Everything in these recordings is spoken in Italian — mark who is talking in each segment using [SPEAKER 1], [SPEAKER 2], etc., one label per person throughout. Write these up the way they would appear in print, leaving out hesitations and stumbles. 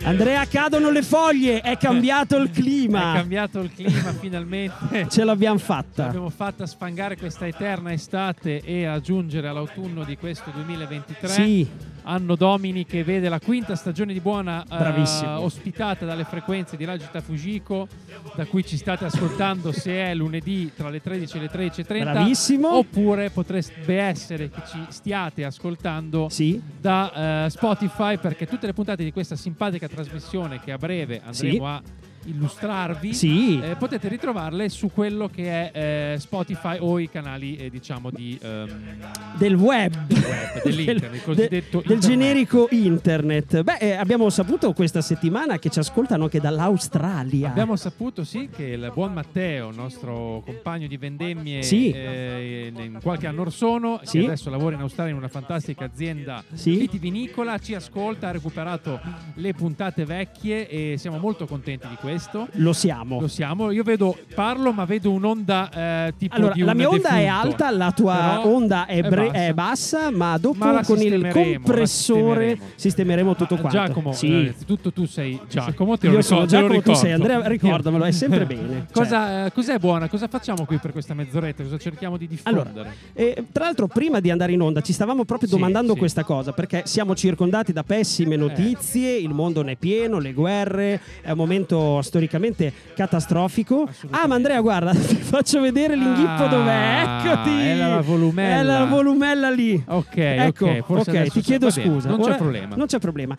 [SPEAKER 1] Andrea, cadono le foglie, è cambiato il clima.
[SPEAKER 2] È cambiato il clima finalmente.
[SPEAKER 1] Ce l'abbiamo fatta.
[SPEAKER 2] L'abbiamo fatta sfangare questa eterna estate e aggiungere all'autunno di questo 2023.
[SPEAKER 1] Sì.
[SPEAKER 2] Anno Domini che vede la quinta stagione di Buona ospitata dalle frequenze di Ragita Fujiko, da cui ci state ascoltando se è lunedì tra le 13 e le 13:30.
[SPEAKER 1] Bravissimo.
[SPEAKER 2] Oppure potrebbe essere che ci stiate ascoltando da Spotify, perché tutte le puntate di questa simpatica trasmissione che a breve andremo a illustrarvi, potete ritrovarle su quello che è Spotify o i canali diciamo
[SPEAKER 1] del web,
[SPEAKER 2] dell'internet, il cosiddetto
[SPEAKER 1] del generico internet. Abbiamo saputo questa settimana che ci ascoltano anche dall'Australia.
[SPEAKER 2] Abbiamo saputo che il buon Matteo, nostro compagno di vendemmie in qualche anno or sono, che adesso lavora in Australia in una fantastica azienda vitivinicola, ci ascolta, ha recuperato le puntate vecchie e siamo molto contenti di questo.
[SPEAKER 1] Lo siamo.
[SPEAKER 2] Io vedo un'onda tipo
[SPEAKER 1] allora,
[SPEAKER 2] di un
[SPEAKER 1] la mia onda
[SPEAKER 2] defunto.
[SPEAKER 1] è alta, la tua onda è bassa, ma dopo con il compressore sistemeremo tutto quanto.
[SPEAKER 2] Giacomo, innanzitutto tu sei Giacomo,
[SPEAKER 1] io sono Giacomo, tu sei Andrea, ricordamelo, è sempre bene.
[SPEAKER 2] Cos'è Buona? Cosa facciamo qui per questa mezz'oretta? Cosa cerchiamo di diffondere?
[SPEAKER 1] Allora, tra l'altro prima di andare in onda ci stavamo proprio domandando questa cosa, perché siamo circondati da pessime notizie, il mondo ne è pieno, le guerre, è un momento storicamente catastrofico. Ma Andrea, guarda, ti faccio vedere l'inghippo dov'è. Eccoti.
[SPEAKER 2] È la volumella.
[SPEAKER 1] È la volumella lì.
[SPEAKER 2] Ok,
[SPEAKER 1] ti chiedo scusa.
[SPEAKER 2] Non c'è problema.
[SPEAKER 1] Non c'è problema.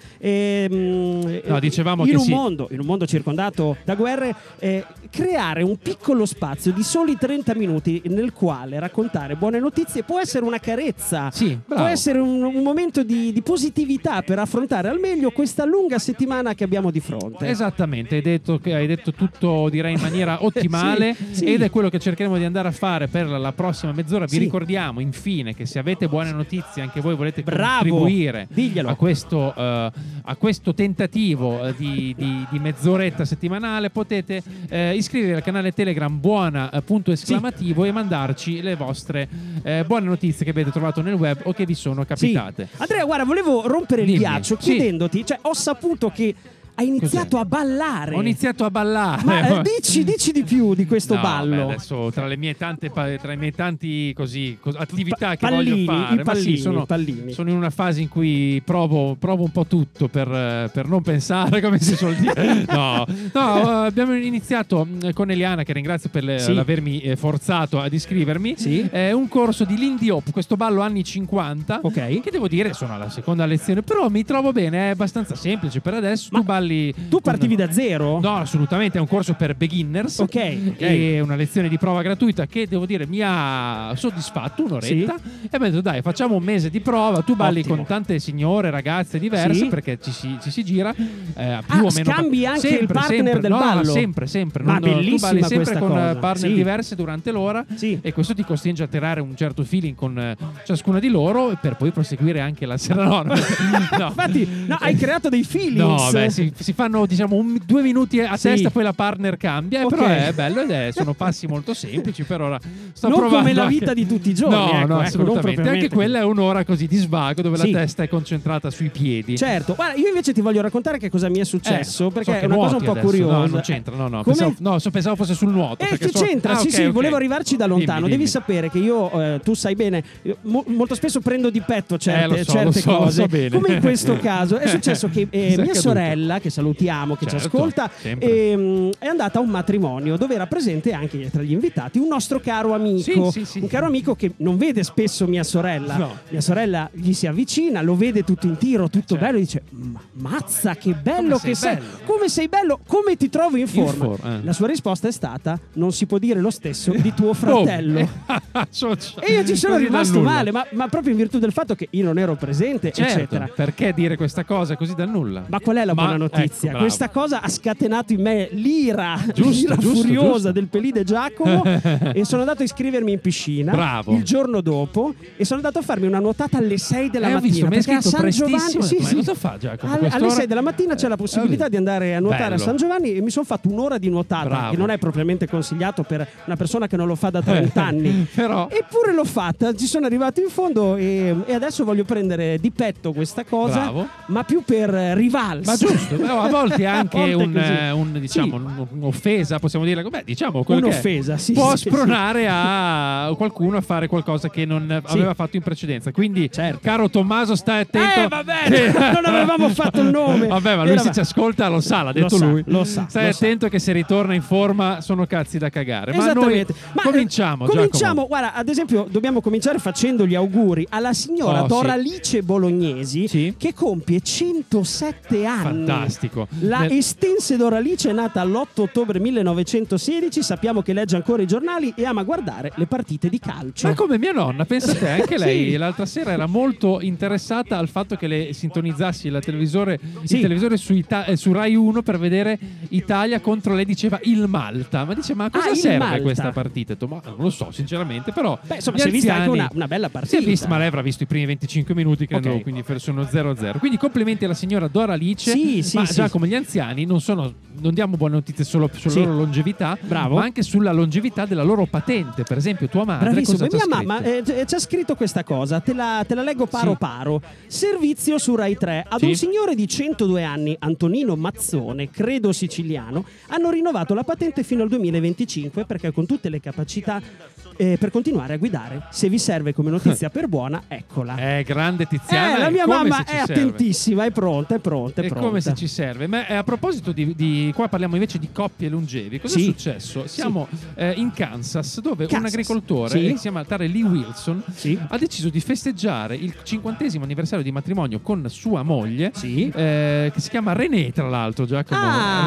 [SPEAKER 2] Dicevamo
[SPEAKER 1] in un mondo circondato da guerre, creare un piccolo spazio di soli 30 minuti nel quale raccontare buone notizie può essere una carezza. Può essere un momento di positività per affrontare al meglio questa lunga settimana che abbiamo di fronte.
[SPEAKER 2] Esattamente, hai detto tutto, direi, in maniera ottimale. Ed è quello che cercheremo di andare a fare per la prossima mezz'ora. Vi ricordiamo infine che se avete buone notizie, anche voi volete contribuire a questo tentativo di mezz'oretta settimanale, potete iscrivervi al canale Telegram buona.esclamativo e mandarci le vostre buone notizie che avete trovato nel web o che vi sono capitate.
[SPEAKER 1] Andrea, guarda, volevo rompere il ghiaccio chiedendoti, ho saputo che hai iniziato a ballare.
[SPEAKER 2] Ho iniziato a ballare.
[SPEAKER 1] Ma dici di più di questo ballo.
[SPEAKER 2] Adesso tra i miei tanti attività che voglio fare, sono in una fase in cui provo un po' tutto per non pensare, come si suol dire. No, abbiamo iniziato con Eliana, che ringrazio per l'avermi forzato ad iscrivermi, un corso di Lindy Hop, questo ballo anni 50, che devo dire sono alla seconda lezione, però mi trovo bene, è abbastanza semplice per adesso.
[SPEAKER 1] Tu partivi da zero?
[SPEAKER 2] No, assolutamente, è un corso per beginners. E una lezione di prova gratuita che devo dire mi ha soddisfatto, un'oretta. E mi ha detto dai, facciamo un mese di prova. Tu balli con tante signore, ragazze diverse, perché ci si gira più o meno.
[SPEAKER 1] Scambi anche il partner del ballo?
[SPEAKER 2] Sempre.
[SPEAKER 1] Ma bellissima,
[SPEAKER 2] tu balli sempre con
[SPEAKER 1] cosa.
[SPEAKER 2] partner diverse durante l'ora, e questo ti costringe a tirare un certo feeling con ciascuna di loro per poi proseguire anche la sera.
[SPEAKER 1] Infatti, hai creato dei feelings.
[SPEAKER 2] Si fanno 2 minuti a testa, poi la partner cambia, però è bello sono passi molto semplici. Per ora sto
[SPEAKER 1] non
[SPEAKER 2] provando
[SPEAKER 1] come la vita di tutti i giorni.
[SPEAKER 2] No, assolutamente. Anche quella è un'ora così di svago dove la testa è concentrata sui piedi.
[SPEAKER 1] Certo, guarda, io invece ti voglio raccontare che cosa mi è successo, perché è una cosa un po' curiosa.
[SPEAKER 2] No, non c'entra, pensavo fosse sul nuoto.
[SPEAKER 1] C'entra, volevo arrivarci da lontano.
[SPEAKER 2] Dimmi.
[SPEAKER 1] Devi sapere che io, tu sai bene, molto spesso prendo di petto certe cose.
[SPEAKER 2] Lo so bene.
[SPEAKER 1] Come in questo caso è successo che mia sorella, che salutiamo, che ci ascolta, è andata a un matrimonio dove era presente anche tra gli invitati un nostro caro amico, un caro amico che non vede spesso mia sorella. Mia sorella gli si avvicina, lo vede tutto in tiro, tutto bello, e dice: mazza, che bello che sei, come sei bello, come ti trovi in forma. La sua risposta è stata: non si può dire lo stesso di tuo fratello. E io ci sono rimasto male, ma proprio in virtù del fatto che io non ero presente, eccetera.
[SPEAKER 2] Perché dire questa cosa così dal nulla?
[SPEAKER 1] Ma qual è la buona notizia? Questa cosa ha scatenato in me l'ira furiosa del Pelide Giacomo e sono andato a iscrivermi in piscina il giorno dopo e sono andato a farmi una nuotata alle 6 della mattina, perché a San Giovanni
[SPEAKER 2] cosa fa Giacomo?
[SPEAKER 1] Alle 6 della mattina c'è la possibilità di andare a nuotare a San Giovanni e mi sono fatto un'ora di nuotata, che non è propriamente consigliato per una persona che non lo fa da 30 anni.
[SPEAKER 2] Però
[SPEAKER 1] eppure l'ho fatta, ci sono arrivato in fondo e adesso voglio prendere di petto questa cosa, ma più per rivalsa.
[SPEAKER 2] Ma giusto, A volte anche un'offesa, possiamo dire. Beh, diciamo quello
[SPEAKER 1] un'offesa,
[SPEAKER 2] che può spronare a qualcuno a fare qualcosa che non aveva fatto in precedenza. Quindi, caro Tommaso, stai attento.
[SPEAKER 1] Va bene, non avevamo fatto il nome.
[SPEAKER 2] Vabbè, ma lui se ci ascolta lo sa, l'ha detto lui.
[SPEAKER 1] Lo sa.
[SPEAKER 2] Stai attento che se ritorna in forma sono cazzi da cagare. Ma noi cominciamo.
[SPEAKER 1] Guarda, ad esempio, dobbiamo cominciare facendo gli auguri alla signora Doralice Bolognesi, che compie 107 anni.
[SPEAKER 2] Fantastico.
[SPEAKER 1] La estense Doralice è nata l'8 ottobre 1916. Sappiamo che legge ancora i giornali e ama guardare le partite di calcio.
[SPEAKER 2] Ma come mia nonna, pensa te, anche lei l'altra sera era molto interessata al fatto che le sintonizzassi il televisore su Rai 1 per vedere Italia contro, lei diceva, il Malta. Ma dice, ma cosa serve questa partita? Ma non lo so sinceramente, però
[SPEAKER 1] insomma, si è vista anche una bella partita.
[SPEAKER 2] Si è vista, ma lei avrà visto i primi 25 minuti, credo, quindi sono 0-0. Quindi complimenti alla signora Doralice. Giacomo, gli anziani non diamo buone notizie solo sulla loro longevità, ma anche sulla longevità della loro patente. Per esempio, tua madre.
[SPEAKER 1] Bravissimo.
[SPEAKER 2] Cosa
[SPEAKER 1] mia mamma c'ha scritto questa cosa, te la leggo paro. Servizio su Rai 3 ad un signore di 102 anni, Antonino Mazzone, credo siciliano, hanno rinnovato la patente fino al 2025 perché con tutte le capacità per continuare a guidare. Se vi serve come notizia per buona, eccola.
[SPEAKER 2] Grande Tiziana.
[SPEAKER 1] La mia mamma è attentissima, è pronta.
[SPEAKER 2] Come se ci serve. Ma a proposito di qua parliamo invece di coppie longevi. Cosa è successo? Siamo in Kansas, dove un agricoltore che si chiama tale Lee Wilson ha deciso di festeggiare il 50° anniversario di matrimonio con sua moglie, che si chiama René, tra l'altro, Giacomo.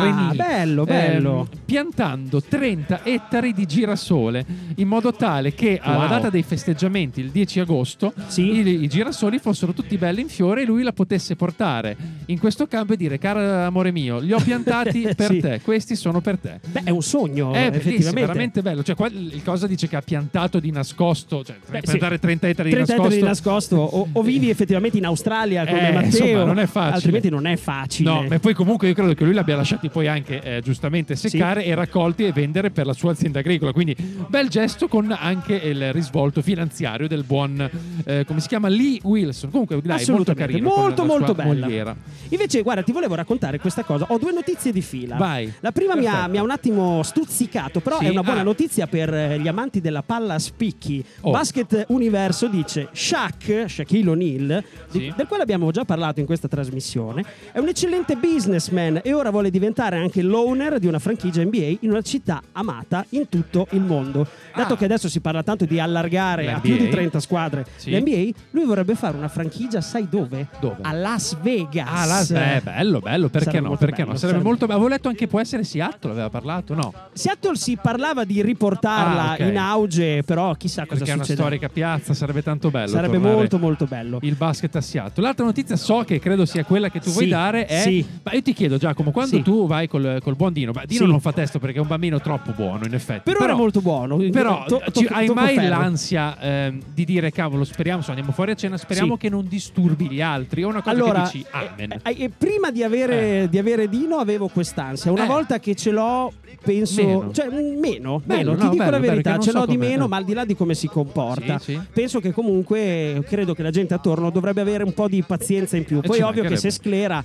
[SPEAKER 1] Bello.
[SPEAKER 2] Piantando 30 ettari di girasole, in modo tale che alla data dei festeggiamenti, il 10 agosto, i girasoli fossero tutti belli in fiore e lui la potesse portare in questo campo e dire: caro amore mio, li ho piantati per te, questi sono per te.
[SPEAKER 1] È un sogno,
[SPEAKER 2] effettivamente. È veramente bello. Cioè, qua il cosa dice che ha piantato di nascosto, cioè piantare 30 ettari di nascosto.
[SPEAKER 1] O vivi effettivamente in Australia come Matteo,
[SPEAKER 2] insomma, non è facile.
[SPEAKER 1] Altrimenti non è facile.
[SPEAKER 2] No, ma poi comunque io credo che lui l'abbia lasciati poi anche giustamente seccare e raccolti e vendere per la sua azienda agricola. Quindi bel gesto, con anche il risvolto finanziario del buon come si chiama, Lee Wilson. Comunque dai, molto carino,
[SPEAKER 1] molto bella.
[SPEAKER 2] Mogliera.
[SPEAKER 1] Invece guarda, ti volevo raccontare questa cosa. Ho 2 notizie di fila.
[SPEAKER 2] Vai.
[SPEAKER 1] La prima mi ha un attimo stuzzicato, però è una buona notizia per gli amanti della palla a spicchi. Basket Universo dice Shaquille O'Neal, del quale abbiamo già parlato in questa trasmissione, è un eccellente businessman e ora vuole diventare anche l'owner di una franchigia NBA in una città amata in tutto il mondo. Dato che adesso si parla tanto di allargare
[SPEAKER 2] l'NBA,
[SPEAKER 1] a più di 30 squadre l'NBA, lui vorrebbe fare una franchigia, sai dove? A Las Vegas.
[SPEAKER 2] Bello, perché no? Sarebbe molto bello. Avevo letto anche può essere Seattle, aveva parlato, no?
[SPEAKER 1] Seattle si parlava di riportarla in auge, però chissà cosa succede.
[SPEAKER 2] Perché è una storica piazza, sarebbe tanto bello.
[SPEAKER 1] Sarebbe molto bello.
[SPEAKER 2] Il basket a Seattle. L'altra notizia che credo sia quella che tu vuoi dare è ma io ti chiedo, Giacomo, quando tu vai col buon Dino, Dino non fa testo perché è un bambino troppo buono, in effetti.
[SPEAKER 1] Però è molto buono.
[SPEAKER 2] Però hai mai l'ansia di dire cavolo, speriamo, andiamo fuori a cena, speriamo che non disturbi gli altri? O una cosa che dici amen?
[SPEAKER 1] Prima di avere Dino avevo quest'ansia. Una volta che ce l'ho, penso meno. Ti dico la verità, ce l'ho di meno, ma al di là di come si comporta, penso che comunque credo che la gente attorno dovrebbe avere un po' di pazienza in più. Poi è ovvio che se sclera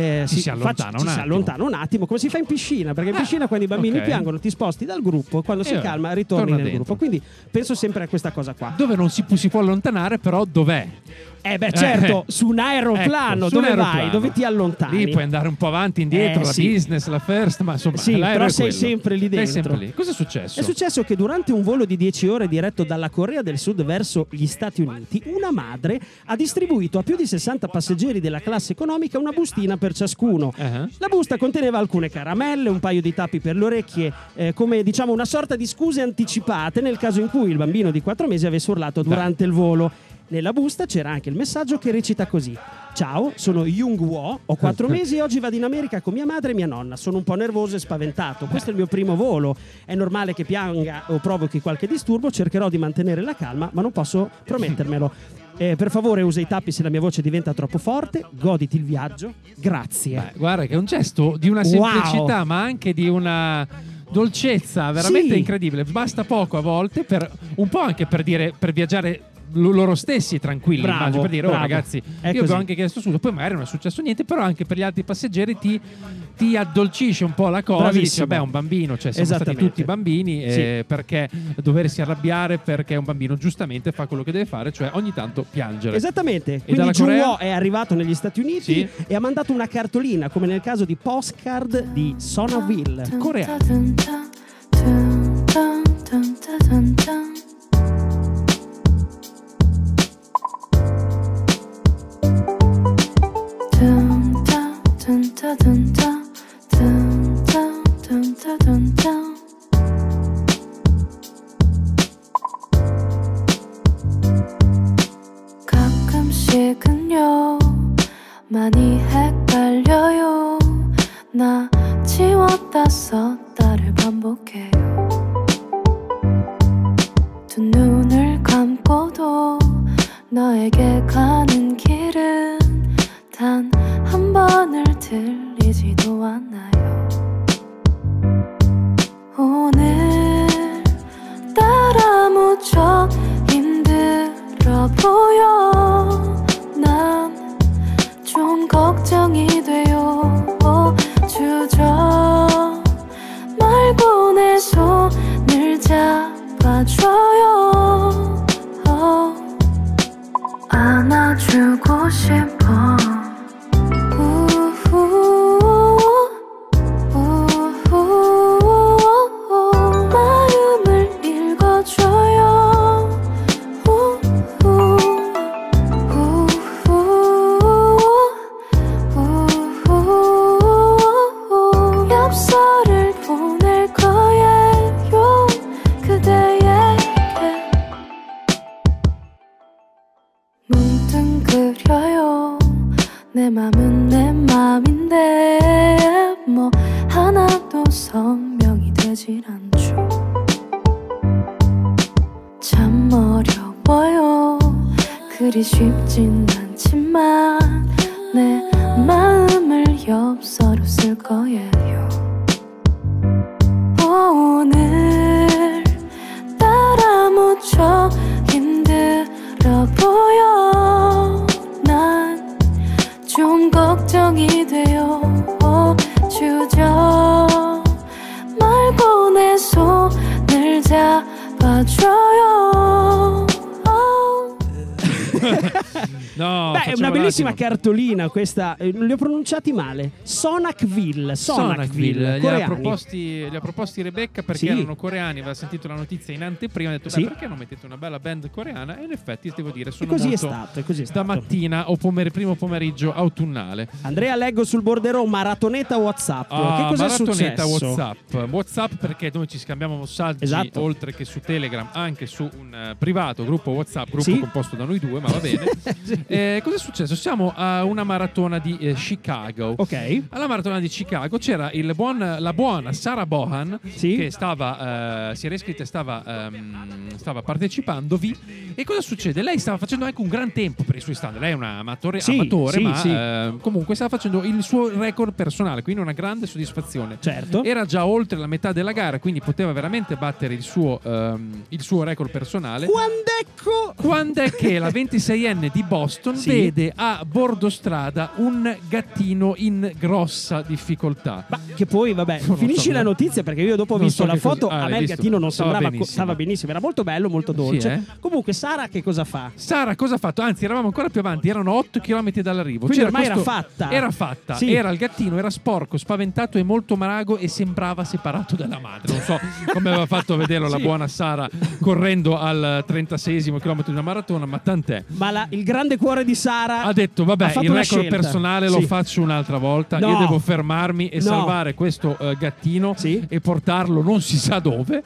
[SPEAKER 1] si allontana un attimo, come si fa in piscina, perché in piscina quando i bambini piangono ti sposti dal gruppo, quando si calma ritorni nel gruppo. Quindi penso sempre a questa cosa qua.
[SPEAKER 2] Dove non si può allontanare, però dov'è?
[SPEAKER 1] Certo, su un aeroplano, dove vai? Dove ti allontani?
[SPEAKER 2] Lì puoi andare un po' avanti, indietro, la business, la first, ma insomma,
[SPEAKER 1] però sei sempre lì dentro.
[SPEAKER 2] Sei sempre lì. Cosa è successo?
[SPEAKER 1] È successo che durante un volo di 10 ore diretto dalla Corea del Sud verso gli Stati Uniti, una madre ha distribuito a più di 60 passeggeri della classe economica una bustina per ciascuno. La busta conteneva alcune caramelle, un paio di tappi per le orecchie, come diciamo una sorta di scuse anticipate nel caso in cui il bambino di 4 mesi avesse urlato durante il volo. Nella busta c'era anche il messaggio che recita così: ciao, sono Jung Wo, ho 4 mesi e oggi vado in America con mia madre e mia nonna. Sono un po' nervoso e spaventato. Questo è il mio primo volo. È normale che pianga o provochi qualche disturbo. Cercherò di mantenere la calma, ma non posso promettermelo. Per favore usa i tappi se la mia voce diventa troppo forte. Goditi il viaggio. Grazie.
[SPEAKER 2] Guarda che è un gesto di una semplicità, ma anche di una dolcezza veramente incredibile. Basta poco a volte, per un po' anche per dire, per viaggiare loro stessi tranquilli,
[SPEAKER 1] Bravo,
[SPEAKER 2] immagino, per dire
[SPEAKER 1] bravo.
[SPEAKER 2] ragazzi,
[SPEAKER 1] È
[SPEAKER 2] io vi
[SPEAKER 1] così.
[SPEAKER 2] ho anche chiesto subito, poi magari non è successo niente, però anche per gli altri passeggeri ti addolcisce un po' la cosa.
[SPEAKER 1] Bravissimo.
[SPEAKER 2] Dici, vabbè, è un bambino, cioè siamo stati tutti bambini,
[SPEAKER 1] Sì.
[SPEAKER 2] perché doversi arrabbiare perché un bambino giustamente fa quello che deve fare, cioè ogni tanto piangere.
[SPEAKER 1] Esattamente.
[SPEAKER 2] E dalla
[SPEAKER 1] Quindi Jun
[SPEAKER 2] Corea?
[SPEAKER 1] Wo è arrivato negli Stati Uniti
[SPEAKER 2] Sì.
[SPEAKER 1] e ha mandato una cartolina, come nel caso di Postcard di Sonaville.
[SPEAKER 2] Coreano.
[SPEAKER 3] 가끔씩은요 많이 헷갈려요. 나 지웠다 썼다를 반복해요. 두 눈을 감고도 너에게 가는 길은 단 한 번을 들리지도 않아요. 오늘 따라 무척 힘들어 보여. 난 좀 걱정이 돼요. 주저 말고 내 손을 잡아줘요. 안아주고 싶어. 마음을 읽어줘요. 엽서를 보낼 거예요. 그대에게 뭉뚱그려요. 내 맘은 내 맘인데 뭐 하나도 선명이 되질 않죠. 참 어려워요. 그리 쉽진 않지만 내 마음을 엽서로 쓸 거예요. 오늘 따라 무척 힘들어 보여. 난 좀 걱정이 돼요. 주저 말고 내 손을 잡아줘요.
[SPEAKER 2] No,
[SPEAKER 1] Beh, è una
[SPEAKER 2] facciamo
[SPEAKER 1] bellissima
[SPEAKER 2] un attimo.
[SPEAKER 1] cartolina questa. Li ho pronunciati male. Sonakville.
[SPEAKER 2] Sonakville,
[SPEAKER 1] coreani.
[SPEAKER 2] li ha proposti Rebecca perché
[SPEAKER 1] Sì.
[SPEAKER 2] erano coreani, aveva sentito la notizia in anteprima, ha detto
[SPEAKER 1] Sì.
[SPEAKER 2] beh, perché non mettete una bella band coreana? E in effetti devo dire
[SPEAKER 1] E
[SPEAKER 2] sono
[SPEAKER 1] così è
[SPEAKER 2] molto
[SPEAKER 1] stato, e così è stato.
[SPEAKER 2] stamattina o primo pomeriggio autunnale.
[SPEAKER 1] Andrea, leggo sul borderò maratoneta WhatsApp. Che cosa è
[SPEAKER 2] Maratoneta
[SPEAKER 1] successo?
[SPEAKER 2] WhatsApp perché noi ci scambiamo messaggi
[SPEAKER 1] Esatto.
[SPEAKER 2] oltre che su Telegram anche su un privato gruppo WhatsApp, gruppo
[SPEAKER 1] Sì.
[SPEAKER 2] composto da noi due, ma va bene. Cosa è successo? Siamo a una maratona di Chicago.
[SPEAKER 1] Ok.
[SPEAKER 2] Alla maratona di Chicago c'era la buona Sarah Bohan
[SPEAKER 1] Sì.
[SPEAKER 2] che si era iscritta e stava partecipandovi. E cosa succede? Lei stava facendo anche un gran tempo per i suoi standard. Lei è un amatore,
[SPEAKER 1] Sì, sì,
[SPEAKER 2] ma
[SPEAKER 1] sì.
[SPEAKER 2] comunque stava facendo il suo record personale, quindi una grande soddisfazione.
[SPEAKER 1] Certo.
[SPEAKER 2] Era già oltre la metà della gara, quindi poteva veramente battere il suo record personale. Quando è che la 26enne di Boston
[SPEAKER 1] Sì.
[SPEAKER 2] vede a bordo strada un gattino in grossa difficoltà.
[SPEAKER 1] Ma che poi, vabbè,
[SPEAKER 2] Non
[SPEAKER 1] finisci
[SPEAKER 2] so,
[SPEAKER 1] la notizia perché io dopo ho
[SPEAKER 2] non
[SPEAKER 1] visto
[SPEAKER 2] so
[SPEAKER 1] la
[SPEAKER 2] che
[SPEAKER 1] foto.
[SPEAKER 2] cosa-
[SPEAKER 1] A me
[SPEAKER 2] l'hai
[SPEAKER 1] il
[SPEAKER 2] visto?
[SPEAKER 1] gattino non
[SPEAKER 2] Stava
[SPEAKER 1] sembrava.
[SPEAKER 2] benissimo.
[SPEAKER 1] Stava benissimo, era molto bello, molto dolce.
[SPEAKER 2] eh?
[SPEAKER 1] Comunque, Sara che cosa fa?
[SPEAKER 2] Sara cosa ha fatto? Anzi, eravamo ancora più avanti, erano 8 km dall'arrivo.
[SPEAKER 1] Quindi ormai era
[SPEAKER 2] questo-
[SPEAKER 1] fatta.
[SPEAKER 2] Era fatta.
[SPEAKER 1] Sì.
[SPEAKER 2] Era il gattino, era sporco, spaventato e molto malago e sembrava separato dalla madre. Non so come aveva fatto a vederlo la
[SPEAKER 1] Sì.
[SPEAKER 2] buona Sara correndo al 36esimo chilometro di una maratona, ma tant'è.
[SPEAKER 1] Ma il grande cuore di Sara
[SPEAKER 2] Ha detto
[SPEAKER 1] ha
[SPEAKER 2] vabbè,
[SPEAKER 1] fatto
[SPEAKER 2] il
[SPEAKER 1] una
[SPEAKER 2] record
[SPEAKER 1] scelta.
[SPEAKER 2] personale lo
[SPEAKER 1] Sì.
[SPEAKER 2] faccio un'altra volta.
[SPEAKER 1] No.
[SPEAKER 2] Io devo fermarmi e
[SPEAKER 1] No.
[SPEAKER 2] salvare questo gattino
[SPEAKER 1] Sì.
[SPEAKER 2] e portarlo non si sa dove,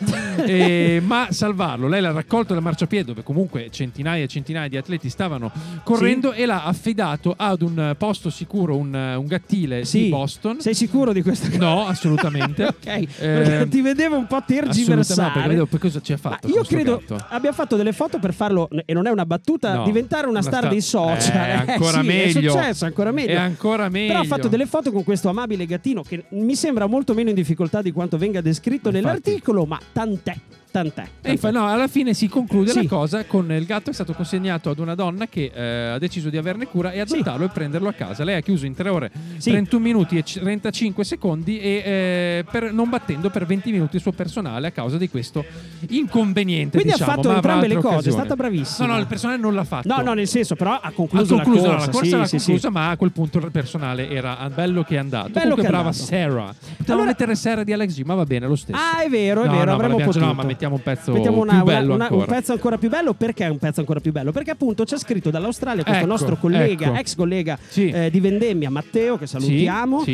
[SPEAKER 2] ma salvarlo. Lei l'ha raccolto dal marciapiede dove comunque centinaia e centinaia di atleti stavano correndo e l'ha affidato ad un posto sicuro, un gattile
[SPEAKER 1] Sì.
[SPEAKER 2] di Boston.
[SPEAKER 1] Sei sicuro di questa cosa?
[SPEAKER 2] No, assolutamente.
[SPEAKER 1] Ok, perché ti vedevo un po'
[SPEAKER 2] Assolutamente,
[SPEAKER 1] tergiversare.
[SPEAKER 2] perché vedevo poi cosa ci ha
[SPEAKER 1] Ma
[SPEAKER 2] fatto
[SPEAKER 1] io
[SPEAKER 2] questo
[SPEAKER 1] credo
[SPEAKER 2] gatto.
[SPEAKER 1] abbia fatto delle foto per farlo, e non è una battuta,
[SPEAKER 2] No,
[SPEAKER 1] diventare una star dei social.
[SPEAKER 2] È ancora meglio.
[SPEAKER 1] È successo, ancora meglio.
[SPEAKER 2] È ancora meglio.
[SPEAKER 1] Però ha fatto delle foto con questo amabile gattino che mi sembra molto meno in difficoltà di quanto venga descritto nell'articolo, ma tant'è.
[SPEAKER 2] E no, alla fine si conclude la cosa con il gatto che è stato consegnato ad una donna che ha deciso di averne cura e adottarlo e prenderlo a casa. Lei ha chiuso in 3 ore 31 minuti e 35 secondi e non battendo per 20 minuti il suo personale a causa di questo inconveniente.
[SPEAKER 1] Quindi
[SPEAKER 2] diciamo,
[SPEAKER 1] ha fatto
[SPEAKER 2] ma
[SPEAKER 1] entrambe le cose,
[SPEAKER 2] occasioni.
[SPEAKER 1] è stata bravissima.
[SPEAKER 2] No, il personale non l'ha fatto.
[SPEAKER 1] No, nel senso, però ha concluso la corsa.
[SPEAKER 2] La corsa l'ha conclusa, ma a quel punto il personale era bello che è andato. Comunque brava Sarah. Potevamo mettere Sarah di Alex G, ma va bene lo stesso.
[SPEAKER 1] Ah, è vero, avremmo potuto.
[SPEAKER 2] No, ma mettiamo un pezzo
[SPEAKER 1] un pezzo ancora più bello. Perché un pezzo ancora più bello? Perché appunto c'è scritto dall'Australia questo nostro collega, ex collega di vendemmia, Matteo, che salutiamo,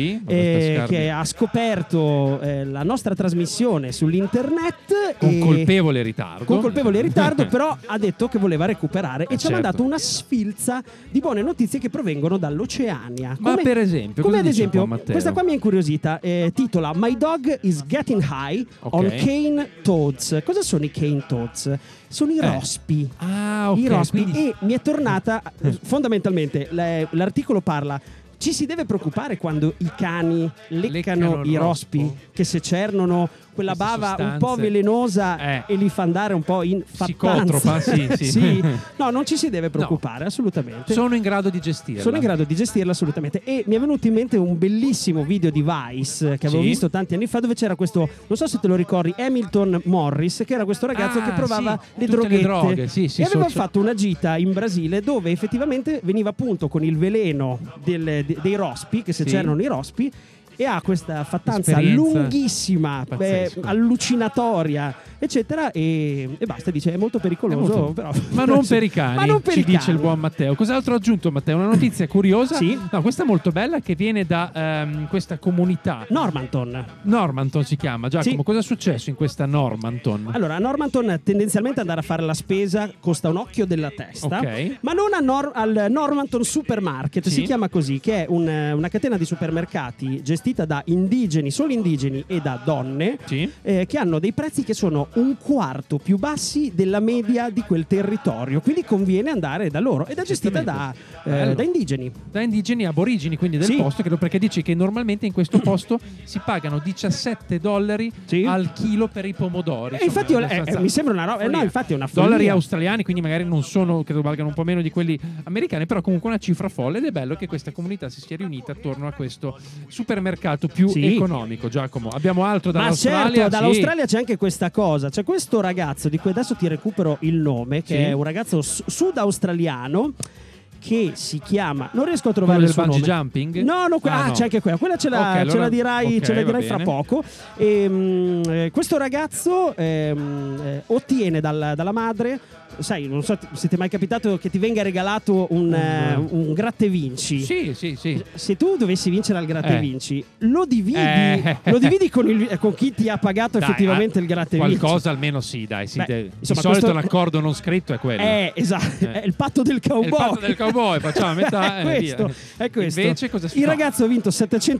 [SPEAKER 1] che ha scoperto la nostra trasmissione sull'internet
[SPEAKER 2] con colpevole ritardo.
[SPEAKER 1] Però ha detto che voleva recuperare e ci ha mandato una sfilza di buone notizie che provengono dall'Oceania.
[SPEAKER 2] Ma per esempio,
[SPEAKER 1] come ad esempio, questa qua mi ha incuriosita, titola My dog is getting high on cane toads. Cosa sono i cane toads? Sono i rospi. I rospi. Quindi... E mi è tornata fondamentalmente l'articolo parla. Ci si deve preoccupare quando i cani leccano i rospi che secernono quella bava un po' velenosa e li fa andare un po' in fattanza.
[SPEAKER 2] Sì.
[SPEAKER 1] No, non ci si deve preoccupare, assolutamente.
[SPEAKER 2] Sono in grado di gestirla.
[SPEAKER 1] Assolutamente. E mi è venuto in mente un bellissimo video di Vice che avevo visto tanti anni fa, dove c'era questo, non so se te lo ricordi, Hamilton Morris, che era questo ragazzo che provava le droghette. E aveva fatto una gita in Brasile dove effettivamente veniva appunto con il veleno dei rospi, che secerano i rospi, e ha questa fattanza lunghissima, allucinatoria, eccetera, e basta, dice è molto pericoloso, però
[SPEAKER 2] ma non per i cani, ci dice il buon Matteo. Cos'altro ha aggiunto Matteo? Una notizia curiosa, no, questa è molto bella, che viene da questa comunità Normanton si chiama. Giacomo, cosa è successo in questa Normanton?
[SPEAKER 1] Allora, a Normanton tendenzialmente andare a fare la spesa costa un occhio della testa, ma non al Normanton Supermarket, si chiama così, che è una catena di supermercati gestita da indigeni, solo indigeni e da donne, che hanno dei prezzi che sono un quarto più bassi della media di quel territorio, quindi conviene andare da loro, ed è gestita da indigeni
[SPEAKER 2] aborigeni, quindi del posto, credo, perché dice che normalmente in questo posto si pagano $17 al chilo per i pomodori.
[SPEAKER 1] E infatti mi sembra una roba, no, infatti è una follia.
[SPEAKER 2] Dollari australiani, quindi magari non sono, credo valgano un po' meno di quelli americani, però comunque una cifra folle, ed è bello che questa comunità si sia riunita attorno a questo supermercato più economico. Giacomo, abbiamo altro dall'Australia?
[SPEAKER 1] Ma certo, dall'Australia c'è anche questa cosa, c'è questo ragazzo di cui adesso ti recupero il nome, che è un ragazzo sud-australiano che si chiama, non riesco a trovare il suo nome.
[SPEAKER 2] Jumping?
[SPEAKER 1] No, c'è anche quella ce la dirai fra poco. Questo ragazzo ottiene dalla madre, sai, non so se ti è mai capitato che ti venga regalato un gratta e vinci.
[SPEAKER 2] Sì.
[SPEAKER 1] Se tu dovessi vincere al gratta e vinci, lo dividi con chi ti ha pagato effettivamente il gratta e vinci.
[SPEAKER 2] Qualcosa almeno di solito l'accordo non scritto è quello.
[SPEAKER 1] Esatto, è il patto del cowboy.
[SPEAKER 2] Facciamo a metà.
[SPEAKER 1] È questo.
[SPEAKER 2] Invece cosa si
[SPEAKER 1] il
[SPEAKER 2] fa?
[SPEAKER 1] ragazzo ha vinto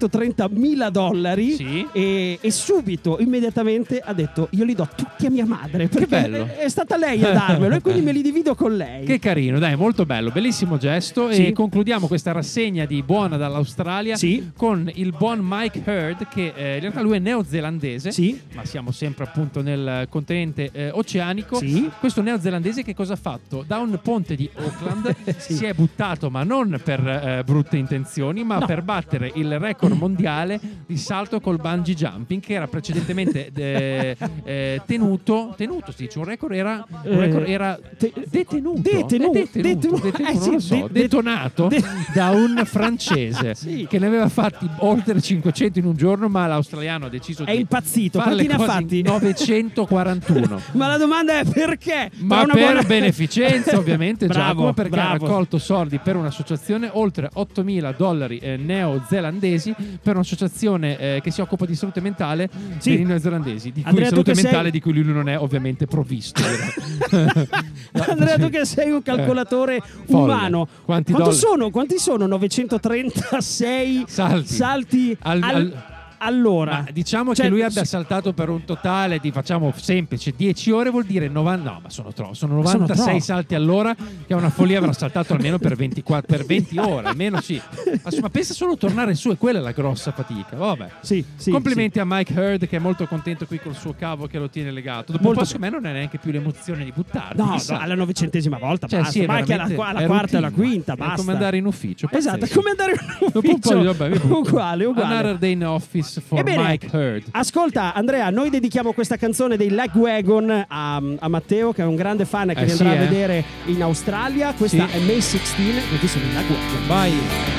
[SPEAKER 1] $730.000 e subito, immediatamente ha detto: io li do tutti a mia madre, perché
[SPEAKER 2] bello.
[SPEAKER 1] È stata lei a darmelo e quindi me li divido con lei.
[SPEAKER 2] Che carino, dai, molto bello, bellissimo gesto. E concludiamo questa rassegna di buona dall'Australia con il buon Mike Hurd, che in realtà lui è neozelandese, ma siamo sempre appunto nel continente oceanico. Questo neozelandese che cosa ha fatto? Da un ponte di Auckland si è buttato, ma non per brutte intenzioni, ma per battere il record mondiale di salto col bungee jumping, che era precedentemente tenuto, si dice, un record era detonato da un francese che ne aveva fatti oltre 500 in un giorno, ma l'australiano ha deciso di
[SPEAKER 1] impazzito.
[SPEAKER 2] Quanti
[SPEAKER 1] ne ha fatti?
[SPEAKER 2] 941.
[SPEAKER 1] Ma la domanda è perché?
[SPEAKER 2] Ma per beneficenza, ovviamente. Giacomo, perché ha raccolto soldi per un'associazione, oltre $8.000 neozelandesi, per un'associazione che si occupa di salute mentale dei neozelandesi, di cui salute mentale di cui lui non è ovviamente provvisto.
[SPEAKER 1] Andrea, tu che sei un calcolatore umano, quanti sono 936 salti Allora,
[SPEAKER 2] ma diciamo che lui abbia saltato per un totale di, facciamo semplice, 10 ore vuol dire 90, no, ma sono 96 salti all'ora, che è una follia. Avrà saltato almeno per 20 ore, almeno sì. Ma pensa solo a tornare su, e quella è la grossa fatica. Vabbè.
[SPEAKER 1] Sì,
[SPEAKER 2] complimenti a Mike Hurd, che è molto contento qui col suo cavo che lo tiene legato. Dopo un po', secondo me, non è neanche più l'emozione di buttarti.
[SPEAKER 1] No, alla 900ª volta,
[SPEAKER 2] cioè,
[SPEAKER 1] basta.
[SPEAKER 2] Sì,
[SPEAKER 1] ma anche alla quarta e alla quinta, basta.
[SPEAKER 2] È come andare in ufficio.
[SPEAKER 1] Esatto, come andare in ufficio.
[SPEAKER 2] Dopo un po', vabbè,
[SPEAKER 1] uguale.
[SPEAKER 2] Another day in office for Mike Hurd.
[SPEAKER 1] Ascolta, Andrea, noi dedichiamo questa canzone dei Lagwagon a Matteo, che è un grande fan che li andrà a vedere in Australia. Questa è May 16, questi sono i Lagwagon.
[SPEAKER 2] Vai.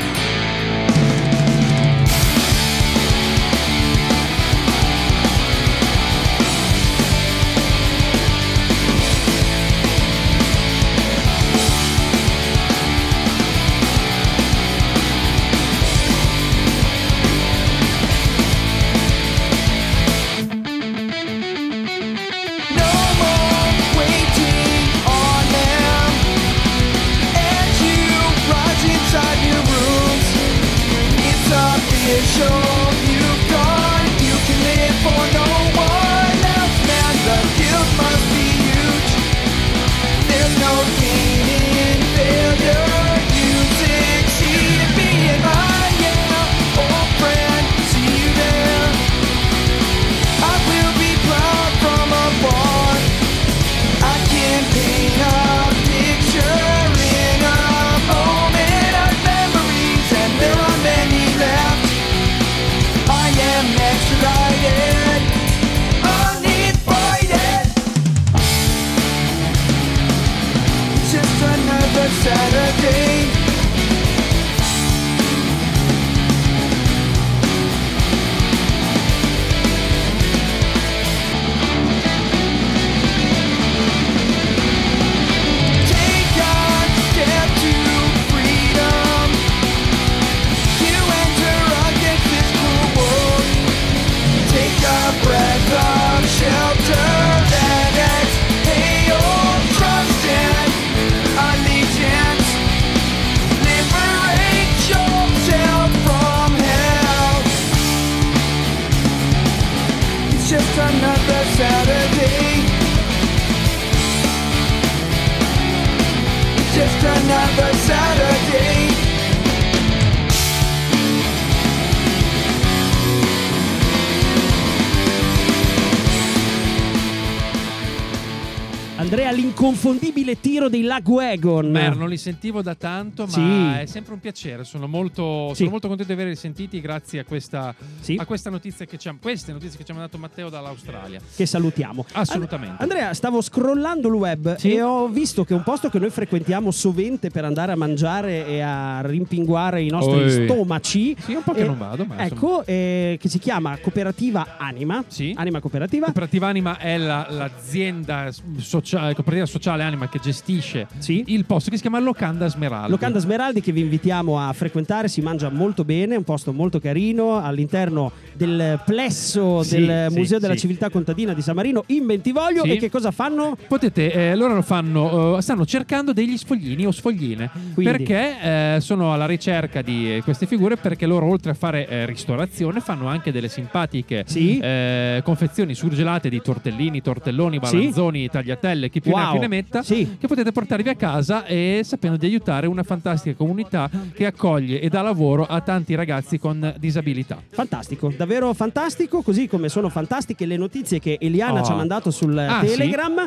[SPEAKER 1] Andrea, l'inconfondibile tiro dei Lagwagon.
[SPEAKER 2] Non li sentivo da tanto, ma è sempre un piacere. Sono molto contento di averli sentiti grazie a questa notizia che ci ha mandato Matteo dall'Australia,
[SPEAKER 1] che salutiamo.
[SPEAKER 2] Assolutamente.
[SPEAKER 1] Andrea, stavo scrollando il web e ho visto che un posto che noi frequentiamo sovente per andare a mangiare e a rimpinguare i nostri stomaci.
[SPEAKER 2] Sì, un po' che non vado, ma
[SPEAKER 1] ecco, che si chiama Cooperativa Anima.
[SPEAKER 2] Sì.
[SPEAKER 1] Anima Cooperativa.
[SPEAKER 2] Cooperativa Anima è l'azienda sociale, cooperativa sociale Anima, che gestisce il posto, che si chiama Locanda Smeraldi.
[SPEAKER 1] Locanda Smeraldi, che vi invitiamo a frequentare. Si mangia molto bene, un posto molto carino all'interno del plesso del Museo della Civiltà Contadina di San Marino in Bentivoglio. E che cosa fanno?
[SPEAKER 2] Potete, loro lo fanno, stanno cercando degli sfoglini o sfogline. Quindi, perché sono alla ricerca di queste figure, perché loro, oltre a fare ristorazione, fanno anche delle simpatiche confezioni surgelate di tortellini, tortelloni, balanzoni, tagliatelle, chi più ne ha più ne metta, che potete portarvi a casa, e sapendo di aiutare una fantastica comunità che accoglie e dà lavoro a tanti ragazzi con disabilità.
[SPEAKER 1] Fantastico, davvero fantastico, così come sono fantastiche le notizie che Eliana ci ha mandato sul Telegram.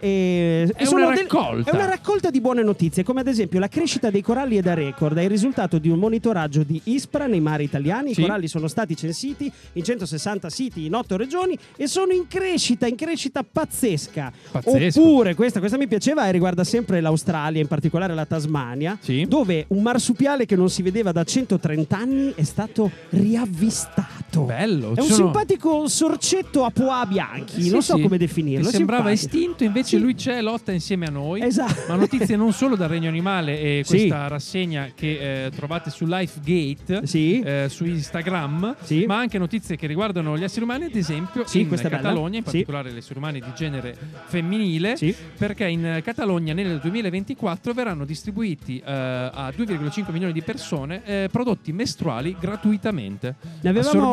[SPEAKER 2] È una raccolta.
[SPEAKER 1] È una raccolta di buone notizie, come ad esempio la crescita dei coralli è da record. È il risultato di un monitoraggio di ISPRA nei mari italiani. I coralli sono stati censiti in 160 siti in 8 regioni e sono in crescita pazzesca. Oppure questa mi piaceva, e riguarda sempre l'Australia, in particolare la Tasmania, dove un marsupiale che non si vedeva da 130 anni è stato riavvistato.
[SPEAKER 2] Bello.
[SPEAKER 1] È un simpatico sorcetto a poa bianchi, non so come definirlo.
[SPEAKER 2] Che sembrava estinto, invece lui c'è, lotta insieme a noi.
[SPEAKER 1] Esatto.
[SPEAKER 2] Ma notizie non solo dal Regno Animale, e questa rassegna che trovate su Lifegate, su Instagram, ma anche notizie che riguardano gli esseri umani, ad esempio in Catalogna, in particolare gli esseri umani di genere femminile, perché in Catalogna nel 2024 verranno distribuiti a 2,5 milioni di persone prodotti mestruali gratuitamente.
[SPEAKER 1] Ne avevamo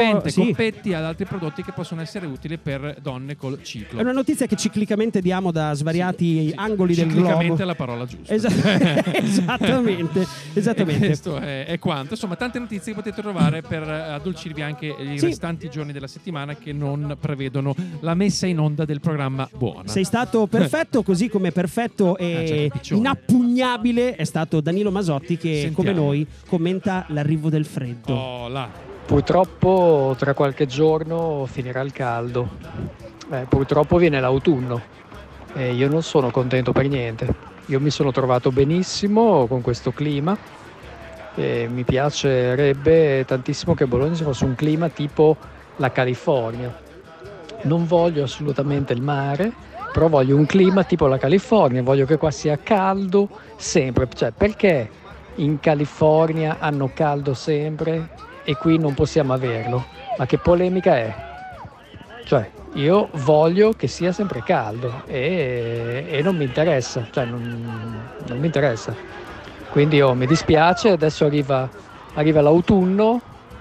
[SPEAKER 2] Assolutamente, coppetti ad altri prodotti che possono essere utili per donne col ciclo.
[SPEAKER 1] È una notizia che ciclicamente diamo da svariati angoli del globo.
[SPEAKER 2] Ciclicamente è la parola giusta.
[SPEAKER 1] Esattamente.
[SPEAKER 2] E questo è quanto. Insomma, tante notizie che potete trovare per addolcirvi anche i restanti giorni della settimana che non prevedono la messa in onda del programma Buona.
[SPEAKER 1] Sei stato perfetto, così come perfetto e inappugnabile è stato Danilo Masotti che,
[SPEAKER 2] Sentiamo,
[SPEAKER 1] come noi, commenta l'arrivo del freddo.
[SPEAKER 2] Oh, là.
[SPEAKER 4] Purtroppo tra qualche giorno finirà il caldo. Purtroppo viene l'autunno e io non sono contento per niente. Io mi sono trovato benissimo con questo clima e mi piacerebbe tantissimo che Bologna fosse un clima tipo la California. Non voglio assolutamente il mare, però voglio un clima tipo la California, voglio che qua sia caldo sempre. Cioè, perché in California hanno caldo sempre e qui non possiamo averlo? Ma che polemica è? Cioè, io voglio che sia sempre caldo e non mi interessa, cioè non mi interessa. Quindi mi dispiace, adesso arriva l'autunno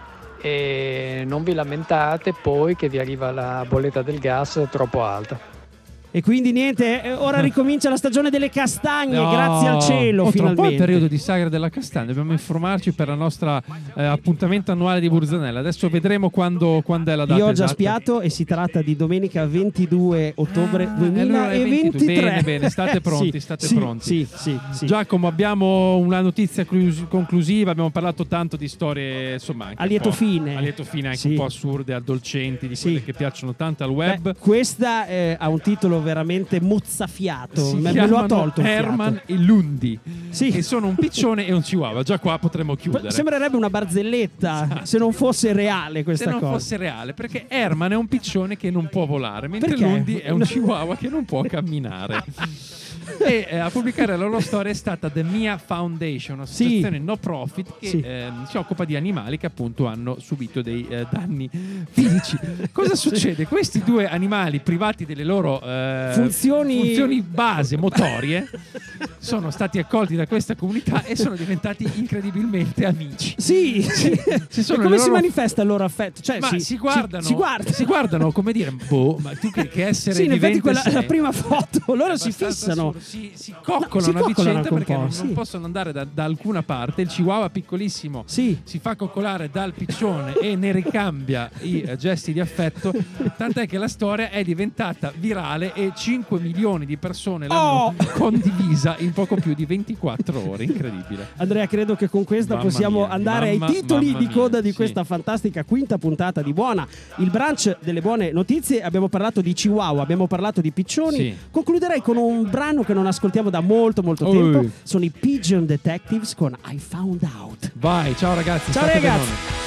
[SPEAKER 4] e non vi lamentate poi che vi arriva la bolletta del gas troppo alta.
[SPEAKER 1] E quindi niente, ora ricomincia la stagione delle castagne, grazie al cielo, finalmente.
[SPEAKER 2] Tra un po' il periodo di sagra della castagna, dobbiamo informarci per la nostra appuntamento annuale di Burzanella. Adesso vedremo quando è la data.
[SPEAKER 1] Io ho già spiato e si tratta di domenica 22 ottobre 2023.
[SPEAKER 2] Bene, state pronti, pronti.
[SPEAKER 1] Sì.
[SPEAKER 2] Giacomo, abbiamo una notizia conclusiva, abbiamo parlato tanto di storie, insomma, anche
[SPEAKER 1] a lieto fine
[SPEAKER 2] anche un po' assurde, addolcenti, di quelle che piacciono tanto al web.
[SPEAKER 1] Questa ha un titolo veramente mozzafiato, me lo ha tolto
[SPEAKER 2] Herman e Lundi, che sono un piccione e un chihuahua. Già qua potremmo chiudere.
[SPEAKER 1] Sembrerebbe una barzelletta, se non fosse reale questa cosa.
[SPEAKER 2] Se non fosse reale, perché Herman è un piccione che non può volare, mentre Lundi è un chihuahua che non può camminare. E a pubblicare la loro storia è stata The Mia Foundation, un'associazione no profit che si occupa di animali che appunto hanno subito dei danni fisici. Cosa succede? Questi due animali privati delle loro funzioni base motorie sono stati accolti da questa comunità e sono diventati incredibilmente amici.
[SPEAKER 1] Come si manifesta il loro affetto? Cioè,
[SPEAKER 2] si guardano come dire, ma tu che essere
[SPEAKER 1] vivente
[SPEAKER 2] sei?
[SPEAKER 1] La prima foto loro si fissano,
[SPEAKER 2] si coccolano a vicenda perché non possono andare da alcuna parte. Il chihuahua piccolissimo si fa coccolare dal piccione e ne ricambia i gesti di affetto, tant'è che la storia è diventata virale e 5 milioni di persone l'hanno condivisa in poco più di 24 ore. Incredibile.
[SPEAKER 1] Andrea, credo che con questa possiamo andare ai titoli di coda di questa fantastica quinta puntata di Buona, il brunch delle buone notizie. Abbiamo parlato di chihuahua, abbiamo parlato di piccioni. Concluderei con un brano che non ascoltiamo da molto tempo. Sono i Pigeon Detectives con I Found Out.
[SPEAKER 2] Vai, ciao ragazzi.
[SPEAKER 1] Ciao ragazzi.
[SPEAKER 2] Bene.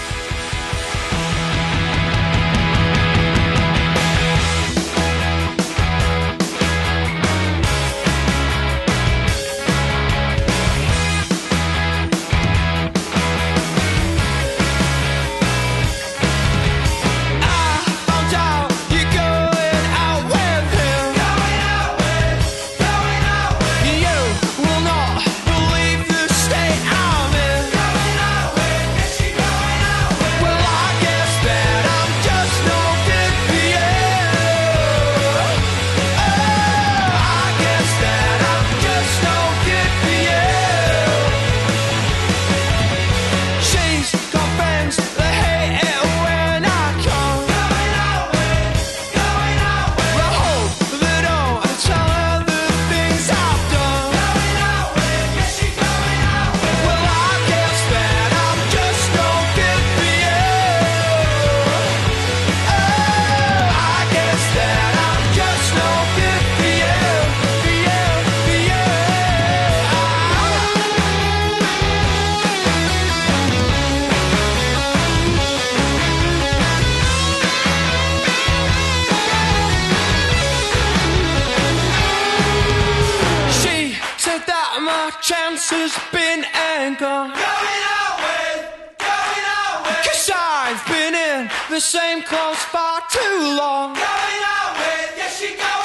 [SPEAKER 5] chance has been and gone. Going our way, 'cause I've been in the same clothes for too long. Going our way, yes, she going.